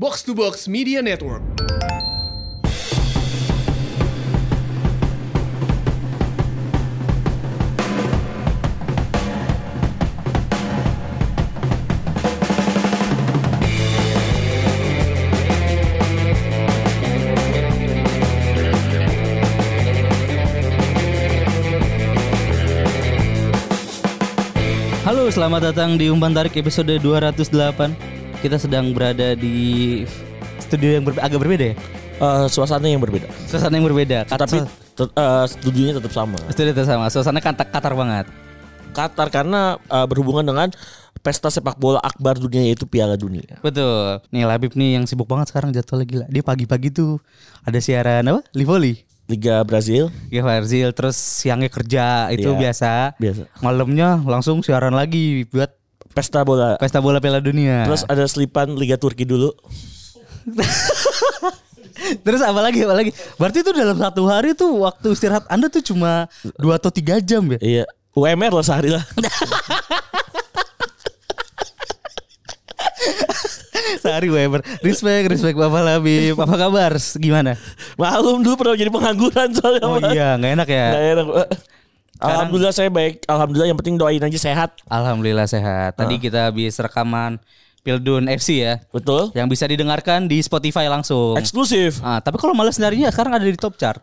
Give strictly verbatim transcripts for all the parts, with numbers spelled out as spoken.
Box to Box Media Network. Halo, selamat datang di Umpan Tarik episode dua ratus delapan. Kita sedang berada di studio yang ber- agak berbeda ya? Uh, suasana yang berbeda. Suasana yang berbeda. Tapi te- uh, studionya tetap sama. Studio tetap sama. Suasana Qatar, Qatar banget. Qatar karena uh, berhubungan dengan pesta sepak bola akbar dunia, yaitu Piala Dunia. Betul. Nih Labib nih yang sibuk banget sekarang, jadwalnya gila. Dia pagi-pagi tuh ada siaran apa? Livoli. Liga Brazil. Liga Brazil. Terus siangnya kerja itu Ya, biasa. Biasa. Malamnya langsung siaran lagi buat Pesta bola. pesta bola Piala Dunia. Terus ada selipan Liga Turki dulu. Terus apa lagi apa lagi? Berarti itu dalam satu hari tuh waktu istirahat Anda tuh cuma dua atau tiga jam ya? Iya. U M R lah sehari lah. Sehari Weber. Respect, respect Bapak Labib. Apa kabar? Gimana? Maklum dulu pernah jadi pengangguran soalnya. Oh iya, nggak enak ya. Nggak enak. Alhamdulillah saya baik. Alhamdulillah, yang penting doain aja sehat. Alhamdulillah sehat. Tadi Uh. kita habis rekaman Pildun F C ya, Betul. yang bisa didengarkan di Spotify langsung. Eksklusif. Ah, tapi kalau malas nyarinya sekarang ada di top chart.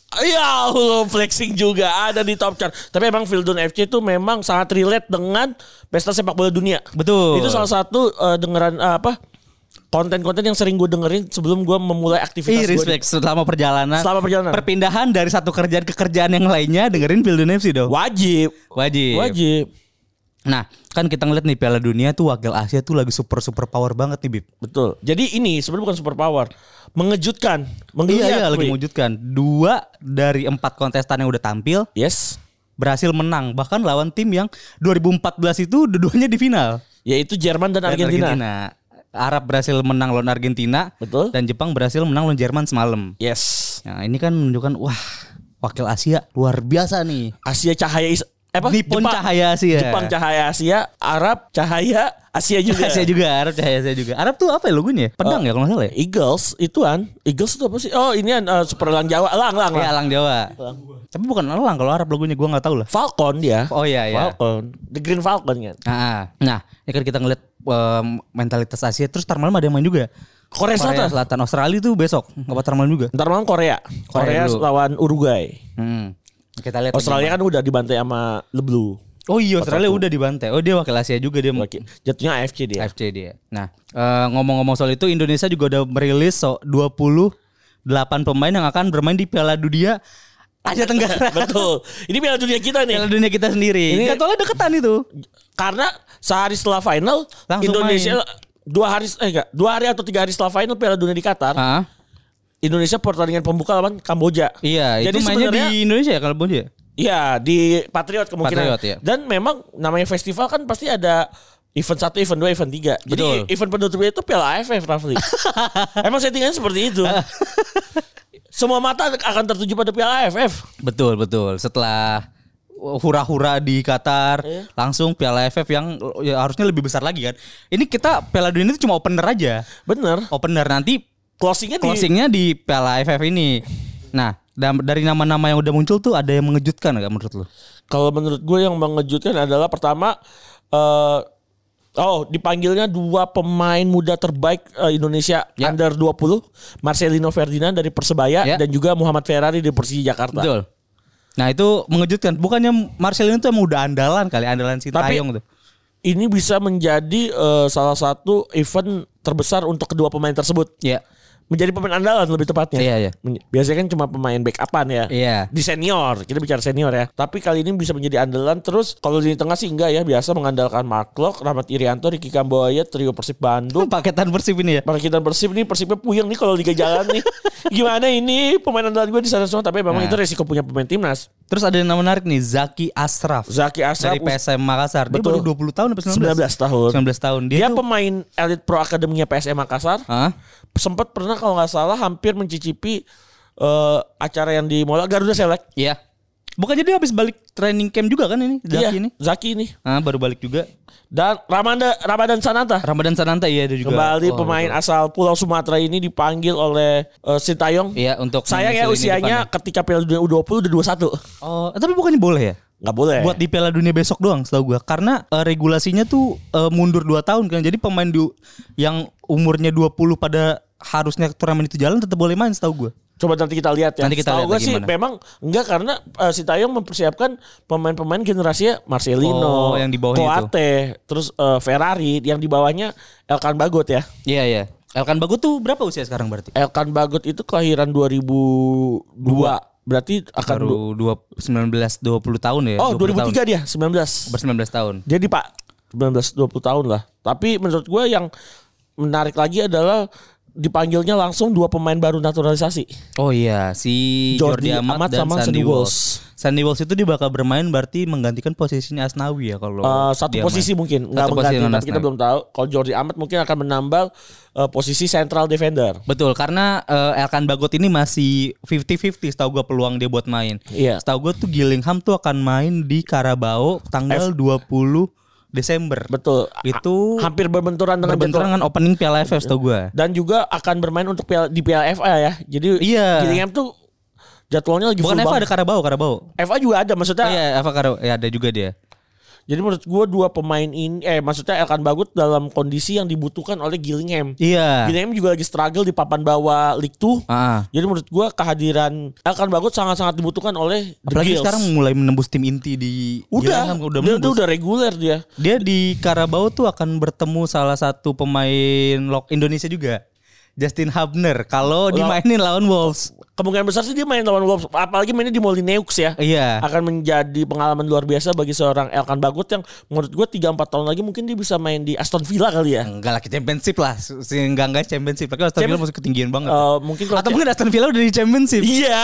Ya Allah, flexing juga ada di top chart. Tapi emang Pildun F C itu memang sangat relate dengan pesta sepak bola dunia. Betul. Itu salah satu uh, dengeran uh, apa? Konten-konten yang sering gue dengerin sebelum gue memulai aktivitas Ih, respect gue. selama perjalanan. Selama perjalanan. Perpindahan dari satu kerjaan ke kerjaan yang lainnya dengerin Pildun F C dong. Wajib. Wajib. Wajib. Nah, kan kita ngeliat nih Piala Dunia tuh wakil Asia tuh lagi super super power banget nih Bib. Betul. Jadi ini sebenarnya bukan super power, mengejutkan, Iya, menggeliat. iya lagi Wih. mengejutkan. Dua dari empat kontestan yang udah tampil Yes. berhasil menang, bahkan lawan tim yang dua ribu empat belas itu dua-duanya di final. Yaitu Jerman dan Dan Argentina. Arab berhasil menang lawan Argentina. Betul. Dan Jepang berhasil menang lawan Jerman semalam. Yes. Nah, ini kan menunjukkan wah, wakil Asia luar biasa nih. Asia cahaya is apa? Nippon Jepang. cahaya Asia. Jepang cahaya Asia, Arab cahaya Asia juga. Asia juga, Arab cahaya Asia juga. Arab tuh apa ya logonya? Pedang Oh, ya kalau nggak salah ya? Eagles ituan. Eagles itu apa sih? Oh, ini uh, super elang Jawa, elang elang. Ya, elang. elang Jawa. Tapi bukan elang kalau Arab logonya gua nggak tahu lah. Falcon dia. Oh iya iya. Falcon. The Green Falcon kan. Nah, nah, ini kan kita ngeliat um, mentalitas Asia. Terus ntar malam ada yang main juga. Korea Korea Selatan. Selatan, Australia tuh besok. Nggak ntar malam juga. Ntar malam Korea. Korea Korea, dulu. lawan Uruguay. Hmm. Kita lihat. Australia kan udah dibantai sama The Blue. Oh iya, Australia udah dibantai. Oh dia wakil Asia juga dia. Oke. Jatuhnya A F C dia. A F C dia. Nah, eh, ngomong-ngomong soal itu, Indonesia juga udah merilis so dua puluh delapan pemain yang akan bermain di Piala Dunia Asia Tenggara. Betul. Ini Piala Dunia kita nih. Piala Dunia kita sendiri. Ini- Jadwalnya deketan itu. Karena sehari setelah final Langsung Indonesia dua hari eh enggak, dua hari atau tiga hari setelah final Piala Dunia di Qatar, Ah, Indonesia pertandingan pembuka lawan Kamboja. iya, Jadi itu mainnya sebenarnya- di Indonesia ya kalau Bonja. Iya, di Patriot kemungkinan. Patriot, iya. Dan memang namanya festival kan pasti ada event satu, event dua, event tiga. Jadi Betul. event penutupnya itu Piala A F F, Rafli. Emang settingannya seperti itu. Semua mata akan tertuju pada Piala A F F. Betul, betul. Setelah hura-hura di Qatar, Iya. langsung Piala A F F yang ya, harusnya lebih besar lagi kan. Ini kita Piala Dunia itu cuma opener aja. Bener. Opener nanti Closingnya di closingnya di Piala A F F ini. Nah, da- dari nama-nama yang udah muncul tuh ada yang mengejutkan gak menurut lo? Kalau menurut gue yang mengejutkan adalah pertama eh oh dipanggilnya dua pemain muda terbaik eh, Indonesia Ya. under dua puluh, Marcelino Ferdinand dari Persebaya Ya. dan juga Muhammad Ferrari dari Persija Jakarta. Betul. Nah, itu mengejutkan. Bukannya Marcelino itu emang udah andalan kali, andalan si Tapi- Tayong tuh. Ini bisa menjadi eh, salah satu event terbesar untuk kedua pemain tersebut. Iya. Menjadi pemain andalan lebih tepatnya. Iya, iya. Men- Biasanya kan cuma pemain backupan ya. Iya. Di senior, kita bicara senior ya. Tapi kali ini bisa menjadi andalan. Terus kalau di tengah sih enggak ya, biasa mengandalkan Mark Klok, Rahmat Irianto, Ricky Kamboja, trio Persib Bandung. Paketan Persib ini ya. Para kita Persib nih, Persibnya puyeng nih kalau Liga Jalan nih. Gimana ini pemain andalan gue di sana semua, tapi memang Nah. itu resiko punya pemain timnas. Terus ada yang nama menarik nih, Zaki Ashraf. Zaki Ashraf Dari P S M Makassar. Dia Betul. baru dua puluh tahun apa sembilan belas? sembilan belas tahun. sembilan belas tahun. Dia, Dia tuh pemain elit pro akademinya P S M Makassar. Hah? Sempat pernah kalau nggak salah hampir mencicipi eh, acara yang di Mola Garuda Select. Iya. Bukannya dia habis balik training camp juga kan ini? Zaki Iya, ini? Zaki ini. Ah, baru balik juga. Dan Ramadan Ramadan Sananta. Ramadan Sananta iya ada juga. Kembali Oh, pemain betul. asal Pulau Sumatera ini dipanggil oleh uh, Sintayong. Iya untuk Sayang ya menyusul ini usianya depannya. ketika Piala Dunia U dua puluh udah dua puluh satu. Oh, tapi bukannya boleh ya? Nggak boleh. Buat di Piala Dunia besok doang setahu gua. Karena uh, regulasinya tuh uh, mundur dua tahun kan. Jadi pemain di, yang umurnya dua puluh pada harusnya turnamen itu jalan tetap boleh main setahu gua. Coba nanti kita lihat ya. Nanti kita Setahu lihat gue lagi sih gimana. memang enggak karena uh, Sintayong mempersiapkan pemain-pemain generasinya Marcelino, Oh, yang di bawahnya itu. Coate, terus uh, Ferrari, yang di bawahnya Elkan Bagot ya. Iya iya. Elkan Bagot tuh berapa usia sekarang berarti? Elkan Bagot itu kelahiran dua ribu dua. Berarti akan Baru dua sembilan belas dua puluh tahun ya. Oh, dua puluh dua ribu tiga tahun. dia, sembilan belas. Bersembilan belas tahun. Jadi Pak, sembilan belas dua puluh tahun lah. Tapi menurut gue yang menarik lagi adalah dipanggilnya langsung dua pemain baru naturalisasi. Oh iya, si Jordi Jordi Amat, Amat dan sama Sandy Sandy Walsh. Walsh. Sandy Walsh itu dia bakal bermain berarti menggantikan posisinya Asnawi ya kalau Uh, satu dia posisi main. mungkin nggak Satu posisi mengganti, dengan tapi kita Asnawi. belum tahu. Kalau Jordi Amat mungkin akan menambal uh, posisi central defender. Betul, karena uh, Elkan Bagot ini masih lima puluh lima puluh setahu gue peluang dia buat main. Iya. Setahu gue tuh Gillingham tuh akan main di Carabao tanggal dua puluh Desember. Betul. Itu Ha- hampir berbenturan dengan berbenturan jadwal. dengan opening Piala F F setahu gue. Dan juga akan bermain untuk piala, di Piala F A ya. Jadi Iya. Gillingham tuh jadwalnya lagi Bukan full F A, ada banget. Carabao, Carabao. F A juga ada maksudnya. Oh iya, F A Carabao. Ya ada juga dia. Jadi menurut gue dua pemain ini eh maksudnya Elkan Bagot dalam kondisi yang dibutuhkan oleh Gillingham. Iya. Gillingham juga lagi struggle di papan bawah League Two. Ah. Jadi menurut gue kehadiran Elkan Bagot sangat-sangat dibutuhkan oleh The Apalagi Gills. sekarang mulai menembus tim inti di udah Gillingham, udah dia, menembus. dia udah reguler dia. Dia di Carabao tuh akan bertemu salah satu pemain lok Indonesia juga, Justin Hubner. Kalau dimainin lawan Wolves. Kemungkinan besar sih dia main lawan Wolves, apalagi mainnya di Molineux ya. Iya. Akan menjadi pengalaman luar biasa bagi seorang Elkan Bagot yang menurut gue tiga empat tahun lagi mungkin dia bisa main di Aston Villa kali ya. Enggak lah, championship lah. Enggak enggak championship. Tapi Aston Villa masih ketinggian banget. Uh, mungkin kalau Atau mungkin Aston Villa udah di championship. iya.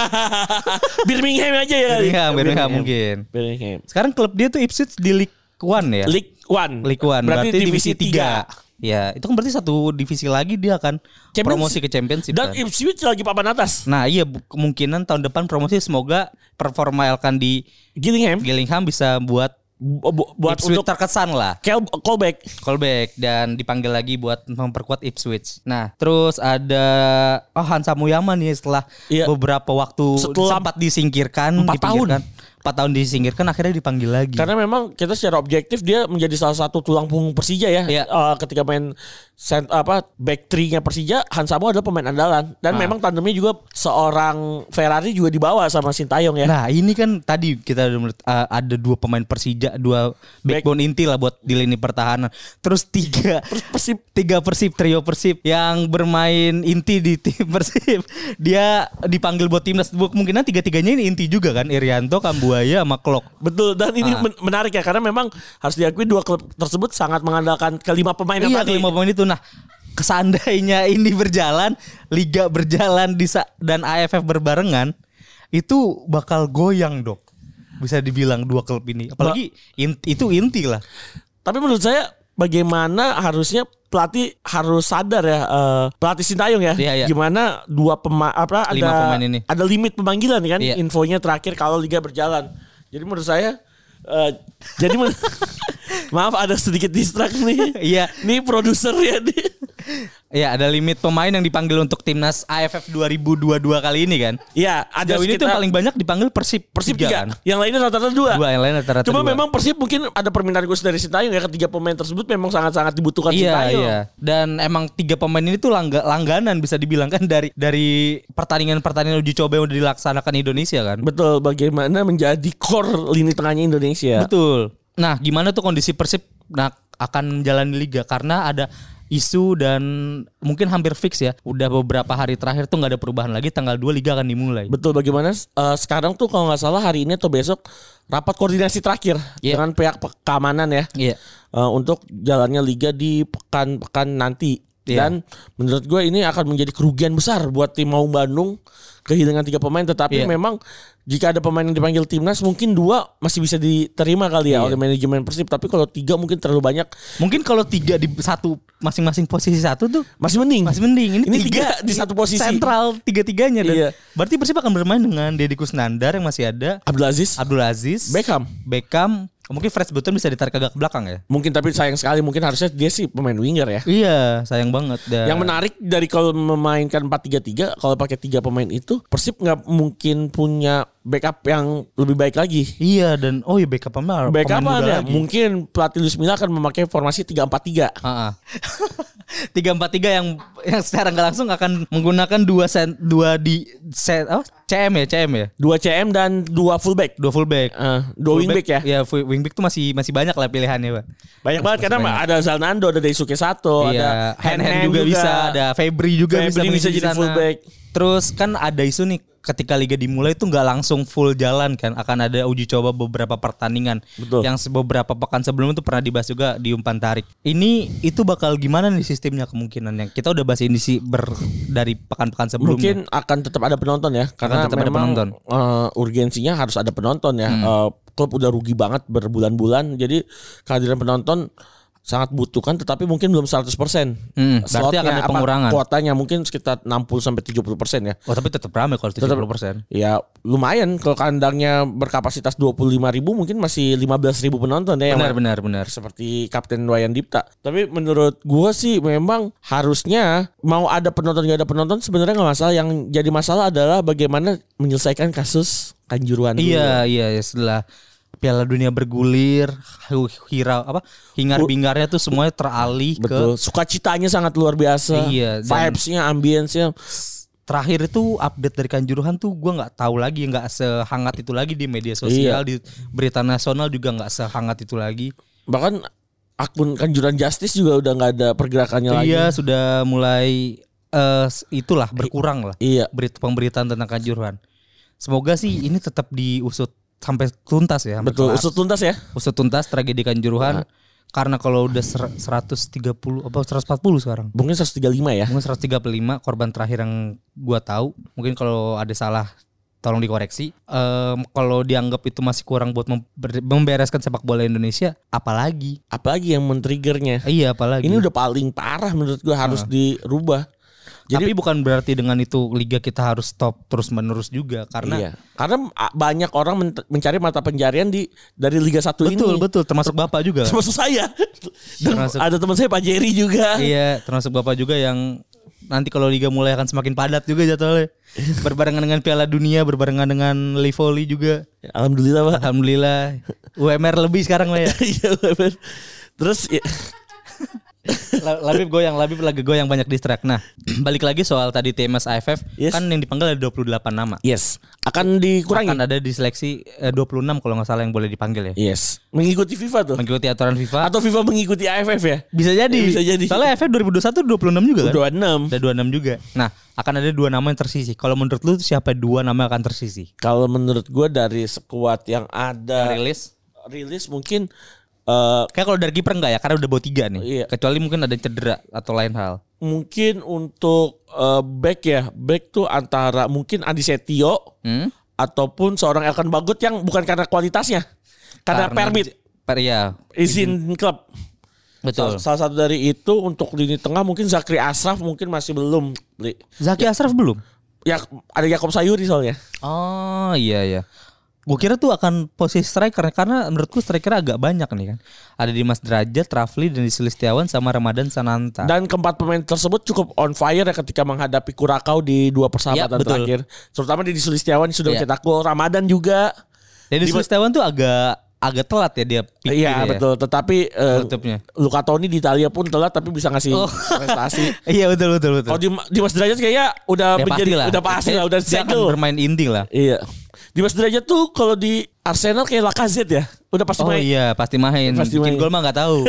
Birmingham aja ya kali. Birmingham, Birmingham mungkin. Birmingham. Sekarang klub dia tuh Ipswich di League One ya. League One. League One. Berarti, divisi tiga. Ya, itu kan berarti satu divisi lagi dia akan Champions- promosi ke championship Dan kan. Ipswich lagi papan atas. Nah iya bu- kemungkinan tahun depan promosi semoga performa Elkan di Gillingham Gillingham bisa buat bu- bu- buat Ipswich untuk terkesan lah. Kel- callback. Callback dan dipanggil lagi buat memperkuat Ipswich. Nah terus ada oh Hansa Muyama nih setelah Iya. beberapa waktu Setelah sempat disingkirkan, empat dipinggirkan. empat tahun disingkirkan akhirnya dipanggil lagi. Karena memang kita secara objektif dia menjadi salah satu tulang punggung Persija ya. Iya. Eh, ketika main cent, apa back three-nya Persija, Hansamo adalah pemain andalan dan Ah. memang tandemnya juga seorang Ferrari juga dibawa sama Sintayong ya. Nah ini kan tadi kita udah melihat, uh, ada dua pemain Persija, dua backbone inti lah buat di lini pertahanan. Terus tiga Persib tiga Persib, trio Persib yang bermain inti di tim Persib. Dia dipanggil buat timnas. Kemungkinan tiga-tiganya ini inti juga kan, Irianto, Kambuaya sama Klok. betul dan ini Ah. men- menarik ya karena memang harus diakui dua klub tersebut sangat mengandalkan kelima pemain yang Iya, tadi. kelima pemain itu. Nah, seandainya ini berjalan, liga berjalan di sa- dan A F F berbarengan, itu bakal goyang, Dok. Bisa dibilang dua klub ini. Apalagi in- itu inti lah. Tapi menurut saya bagaimana harusnya pelatih harus sadar ya eh, pelatih Sintayong ya Iya, iya. gimana dua pemain apa Lima ada pemain ini. ada limit pemanggilan kan Iya. infonya terakhir kalau liga berjalan. Jadi menurut saya eh, jadi men- maaf ada sedikit distrak nih. Iya. Nih produser ya nih. Ya, ada limit pemain yang dipanggil untuk timnas A F F dua ribu dua puluh dua kali ini kan. Iya, ada Jauh ini tuh sekitar yang paling banyak dipanggil Persib. Persib tiga tiga, kan. yang lainnya rata-rata dua. Dua, yang lain rata-rata Cuma dua. memang Persib mungkin ada permintaan khusus dari Sintayong ya ketiga pemain tersebut memang sangat-sangat dibutuhkan Iya, Sintayong. iya. Dan emang tiga pemain ini tuh langga- langganan bisa dibilang kan dari dari pertandingan-pertandingan uji coba yang udah dilaksanakan Indonesia kan. Betul, bagaimana menjadi core lini tengahnya Indonesia. Betul. Nah, gimana tuh kondisi Persib nah akan menjalani liga karena ada isu dan mungkin hampir fix ya. Udah beberapa hari terakhir tuh nggak ada perubahan lagi. Tanggal dua liga akan dimulai. Betul, bagaimana eh, sekarang tuh kalau nggak salah hari ini atau besok rapat koordinasi terakhir Iya. dengan pihak pe- keamanan ya Iya. eh, untuk jalannya liga di pekan-pekan nanti. Iya. Dan menurut gue ini akan menjadi kerugian besar buat tim Maung Bandung kehilangan tiga pemain. Tetapi Iya. memang jika ada pemain yang dipanggil timnas mungkin dua masih bisa diterima kali ya Iya. oleh manajemen Persib. Tapi kalau tiga mungkin terlalu banyak. Mungkin kalau tiga di satu masing-masing posisi satu tuh Masih mending. masih mending. Ini, Ini tiga, tiga di satu posisi. Sentral tiga-tiganya dan Iya. berarti Persib akan bermain dengan Deddy Kusnandar yang masih ada, Abdul Aziz, Abdul Aziz, Beckham. Beckham, mungkin Fred Button bisa ditarik agak ke belakang ya. Mungkin tapi sayang sekali mungkin harusnya dia sih pemain winger ya. Iya, sayang banget. Dan Yang menarik dari kalau memainkan empat tiga tiga, kalau pakai tiga pemain itu Persib nggak mungkin punya backup yang lebih baik lagi. Iya dan oh iya backup apa? Backup pemain muda ya, lagi. mungkin pelatih Luis Milla akan memakai formasi tiga empat tiga. Ah, ah. tiga empat tiga yang yang secara nggak langsung akan menggunakan dua sen, dua di set oh, C M ya, C M ya. Dua C M dan dua fullback. Dua fullback. Eh, dua wingback ya. Ya, full- wingback tuh masih masih banyak lah pilihannya, Pak. Banyak banget karena banyak. ada Zalnando, ada Daisuke Sato, Iya, ada hand hand juga, bisa, ada Febri juga bisa, Febri bisa mengisi jadi sana. fullback. Terus kan ada isu nih ketika liga dimulai itu nggak langsung full jalan kan, akan ada uji coba beberapa pertandingan. Betul. Yang beberapa pekan sebelum itu pernah dibahas juga di umpan tarik. Ini itu bakal gimana nih sistemnya kemungkinannya? Kita udah bahas ini sih ber, dari pekan-pekan sebelumnya. Mungkin akan tetap ada penonton ya, karena tetap ada memang penonton. eh, urgensinya harus ada penonton ya. Hmm. Eh, klub udah rugi banget berbulan-bulan, jadi kehadiran penonton sangat butuhkan, tetapi mungkin belum seratus persen. Hmm, berarti akan ada pengurangan. Kuotanya mungkin sekitar enam puluh sampai tujuh puluh persen ya. Oh tapi tetap ramai kalau tujuh puluh persen. Ya lumayan kalau kandangnya berkapasitas dua puluh lima ribu mungkin masih lima belas ribu penonton ya. Benar yang benar benar. seperti Kapten Wayan Dipta. Tapi menurut gue sih memang harusnya mau ada penonton gak ada penonton sebenarnya nggak masalah. Yang jadi masalah adalah bagaimana menyelesaikan kasus Kanjuruhan dulu. Iya iya ya, setelah Piala Dunia bergulir, hira apa hingar-bingarnya tuh semuanya teralih Betul. ke Sukacitanya sangat luar biasa. Iya, dan- Vibes-nya, ambience-nya. terakhir itu update dari Kanjuruhan tuh gue nggak tahu lagi, nggak sehangat itu lagi di media sosial, Iya. di berita nasional juga nggak sehangat itu lagi. Bahkan akun Kanjuruhan Justice juga udah nggak ada pergerakannya lagi. Iya sudah mulai eh, itulah berkurang lah Iya. berita pemberitaan tentang Kanjuruhan. Semoga sih ini tetap diusut sampai tuntas ya. sampai Betul. kelar. Usut tuntas ya. Usut tuntas tragedi Kanjuruhan. Karena kalau udah ser- seratus tiga puluh apa seratus empat puluh sekarang. Mungkin seratus tiga puluh lima ya. Mungkin seratus tiga puluh lima korban terakhir yang gua tahu. Mungkin kalau ada salah tolong dikoreksi. Ehm, kalau dianggap itu masih kurang buat member- membereskan sepak bola Indonesia, apalagi? Apalagi yang men-triggernya. Eh, iya, apalagi. Ini udah paling parah menurut gue, harus dirubah. Tapi bukan berarti dengan itu liga kita harus stop terus menerus juga karena Iya. Karena a- banyak orang men- mencari mata pencarian di dari Liga satu ini. betul betul termasuk Bapak juga. Termasuk saya. Dan Termasuk- ada teman saya Pak Jerry juga. Iya, termasuk Bapak juga yang nanti kalau liga mulai akan semakin padat juga jadwalnya. Berbarengan dengan Piala Dunia, berbarengan dengan Live Volley juga. Alhamdulillah Pak. Alhamdulillah. U M R lebih sekarang lah ya. Iya bener. Terus ya, La- Labib goyang, Labib lagi goyang banyak distract. Nah, balik lagi soal tadi T M S A F F, Yes. kan yang dipanggil ada dua puluh delapan nama. yes, akan dikurangi. Akan ada di seleksi eh, dua puluh enam kalau nggak salah yang boleh dipanggil ya. Yes, mengikuti FIFA tuh. Mengikuti aturan FIFA. Atau FIFA mengikuti A F F ya? Bisa jadi. Bisa jadi. Soalnya A F F dua ribu dua puluh satu dua puluh enam juga kan? dua puluh enam. Ada dua puluh enam juga. Nah, akan ada dua nama yang tersisih. Kalau menurut lu siapa dua nama yang akan tersisih? Kalau menurut gue dari skuad yang ada Rilis? rilis mungkin eh, Kayak kalau dari kiper enggak ya, karena udah bawa tiga nih. Iya. Kecuali mungkin ada cedera atau lain hal. mungkin untuk eh, back ya, back tuh antara mungkin Adi Setio Hmm? ataupun seorang Elkan Bagot yang bukan karena kualitasnya, karena, permit Per, ya, izin klub. betul. Salah, salah satu dari itu untuk lini tengah mungkin Zakri Asraf mungkin masih belum. Li. Zaki Asraf belum? Ya ada Yakob Sayuri soalnya. Oh iya iya. Gue kira tuh akan posisi striker karena menurutku striker agak banyak nih kan. Ada Dimas Derajat, Rafli, dan Sulistiawan sama Ramadan Sananta. Dan keempat pemain tersebut cukup on fire ya ketika menghadapi Kurakau di dua persahabatan Ya, betul. terakhir. Terutama di Sulistiawan yang sudah Ya. mencetak gol. Ramadan juga. Jadi Sulistiawan tuh agak agak telat ya dia pikir Iya ya. betul. Tetapi eh, Tutupnya. Luka Toni di Italia pun telat tapi bisa ngasih Oh. prestasi. Iya betul betul betul. Kalau di Dimas Derajat kayaknya udah Ya, menjadi pastilah. udah pasti lah, udah Dia akan segel. bermain inti lah. Iya. Dimas Derajat tuh kalau di Arsenal kayak Lacazette ya. Udah pasti Oh main. iya pasti main. Pasti Bikin main. gol mah nggak tahu.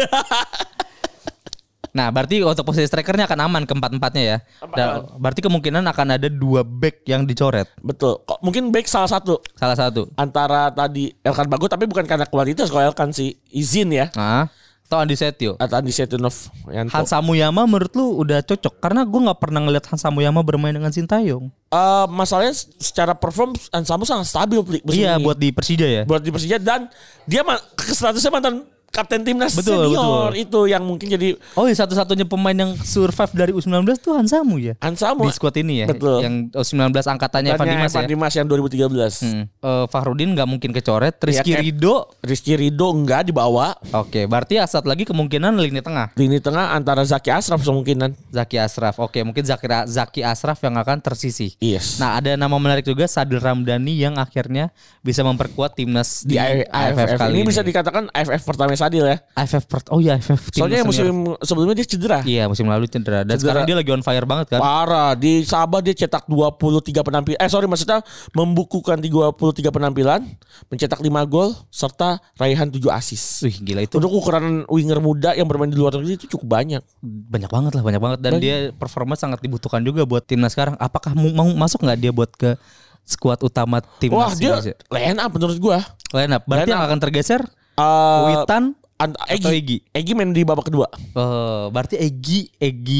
Nah berarti untuk posisi strikernya akan aman keempat-empatnya ya. Dan berarti kemungkinan akan ada dua back yang dicoret. Betul. Kok mungkin back salah satu Salah satu. antara tadi Elkan Bagot tapi bukan karena kualitas kalau Elkan sih izin ya. Nah, Atau Andi Setio. Atau Andi Setionov. Hansa Muyama menurut lu udah cocok? Karena gue nggak pernah ngeliat Hansa Muyama bermain dengan Sintayong. Uh, masalahnya secara perform Hansa Mu sangat stabil. Iya, buat di Persija ya. Buat di Persija dan dia ma- statusnya mantan kapten timnas betul, senior betul. itu yang mungkin jadi oh ya satu-satunya pemain yang survive dari U sembilan belas tuh Hansamu ya. Hansamu di squad ini ya. Betul. Yang U sembilan belas angkatannya Evan Dimas ya. Evan Dimas yang dua ribu tiga belas. Hmm. Uh, Fahrudin nggak mungkin kecoret. Rizky ya, Ridho. Rizky Ridho enggak dibawa. Oke, berarti asat lagi kemungkinan lini tengah. Lini tengah antara Zaki Ashraf kemungkinan. Zaki Ashraf. Oke, mungkin Zaki Zaki Ashraf yang akan tersisih. Yes. Nah, ada nama menarik juga Sadil Ramdhani yang akhirnya bisa memperkuat timnas di, di A F F kali ini. Ini bisa dikatakan A F F pertama Sadil ya. A F F Per- oh iya A F F. Soalnya musim sebelumnya dia cedera. Iya musim lalu cedera. Dan cedera. Sekarang dia lagi on fire banget kan. Parah. Di Sabah dia cetak dua puluh tiga penampilan. Eh sorry maksudnya membukukan dua puluh tiga penampilan, mencetak lima gol serta raihan tujuh assist. Wih gila itu. Untuk ukuran winger muda yang bermain di luar negeri itu cukup banyak. Banyak banget lah, banyak banget. Dan banyak. Dia performa sangat dibutuhkan juga buat timnas sekarang. Apakah mau masuk nggak dia buat ke skuad utama timnas? Wah dia line up menurut gua. Line up. Berarti line yang up. Akan tergeser uh, Witan Ant- Egi. atau Egi. Egi main di babak kedua. Uh, berarti Egi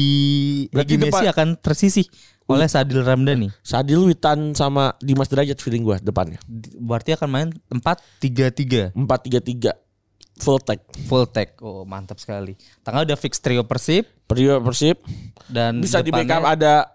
Egi berarti Egi Messi depan, akan tersisih oleh Sadil Ramdhani. Sadil, Witan sama Dimas Derajat feeling gua depannya. Berarti akan main empat tiga tiga. empat tiga tiga. Full tag. Full tag. Oh, mantap sekali. Tengah udah fix trio Persib. Trio Persib. Dan bisa di backup ada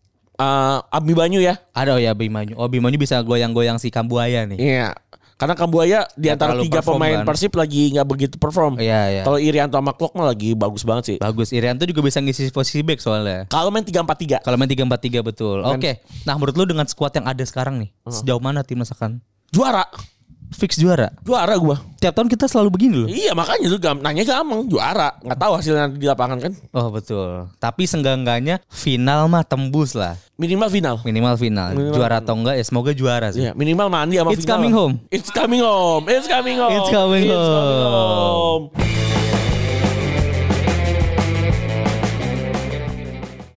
uh, Abi Banyu ya. Ada oh ya Abi Banyu. Oh Abi Banyu bisa goyang-goyang si Kambuaya nih. Iya. Karena Kambuaya di antara tiga pemain kan. Persib lagi nggak begitu perform. Iya, iya. Kalau Irianto sama Klok mah lagi bagus banget sih. Bagus. Irianto juga bisa ngisi posisi back soalnya. Kalau main tiga empat tiga. Kalau main tiga empat tiga betul. Oke. Okay. Nah, menurut lu dengan skuad yang ada sekarang nih, uh-huh. sejauh mana timnas akan juara? Fix juara. Juara gua. Tiap tahun kita selalu begini loh. Iya, makanya lu gam- nanya gampang juara. Enggak tahu hasilnya di lapangan kan. Oh, betul. Tapi seenggak-enggaknya final mah tembus lah. Minimal final. Minimal final. Minimal. Juara atau enggak ya semoga juara sih. Iya, minimal mandi sama It's final. Coming home. It's coming home. It's coming home. It's coming home. It's coming home.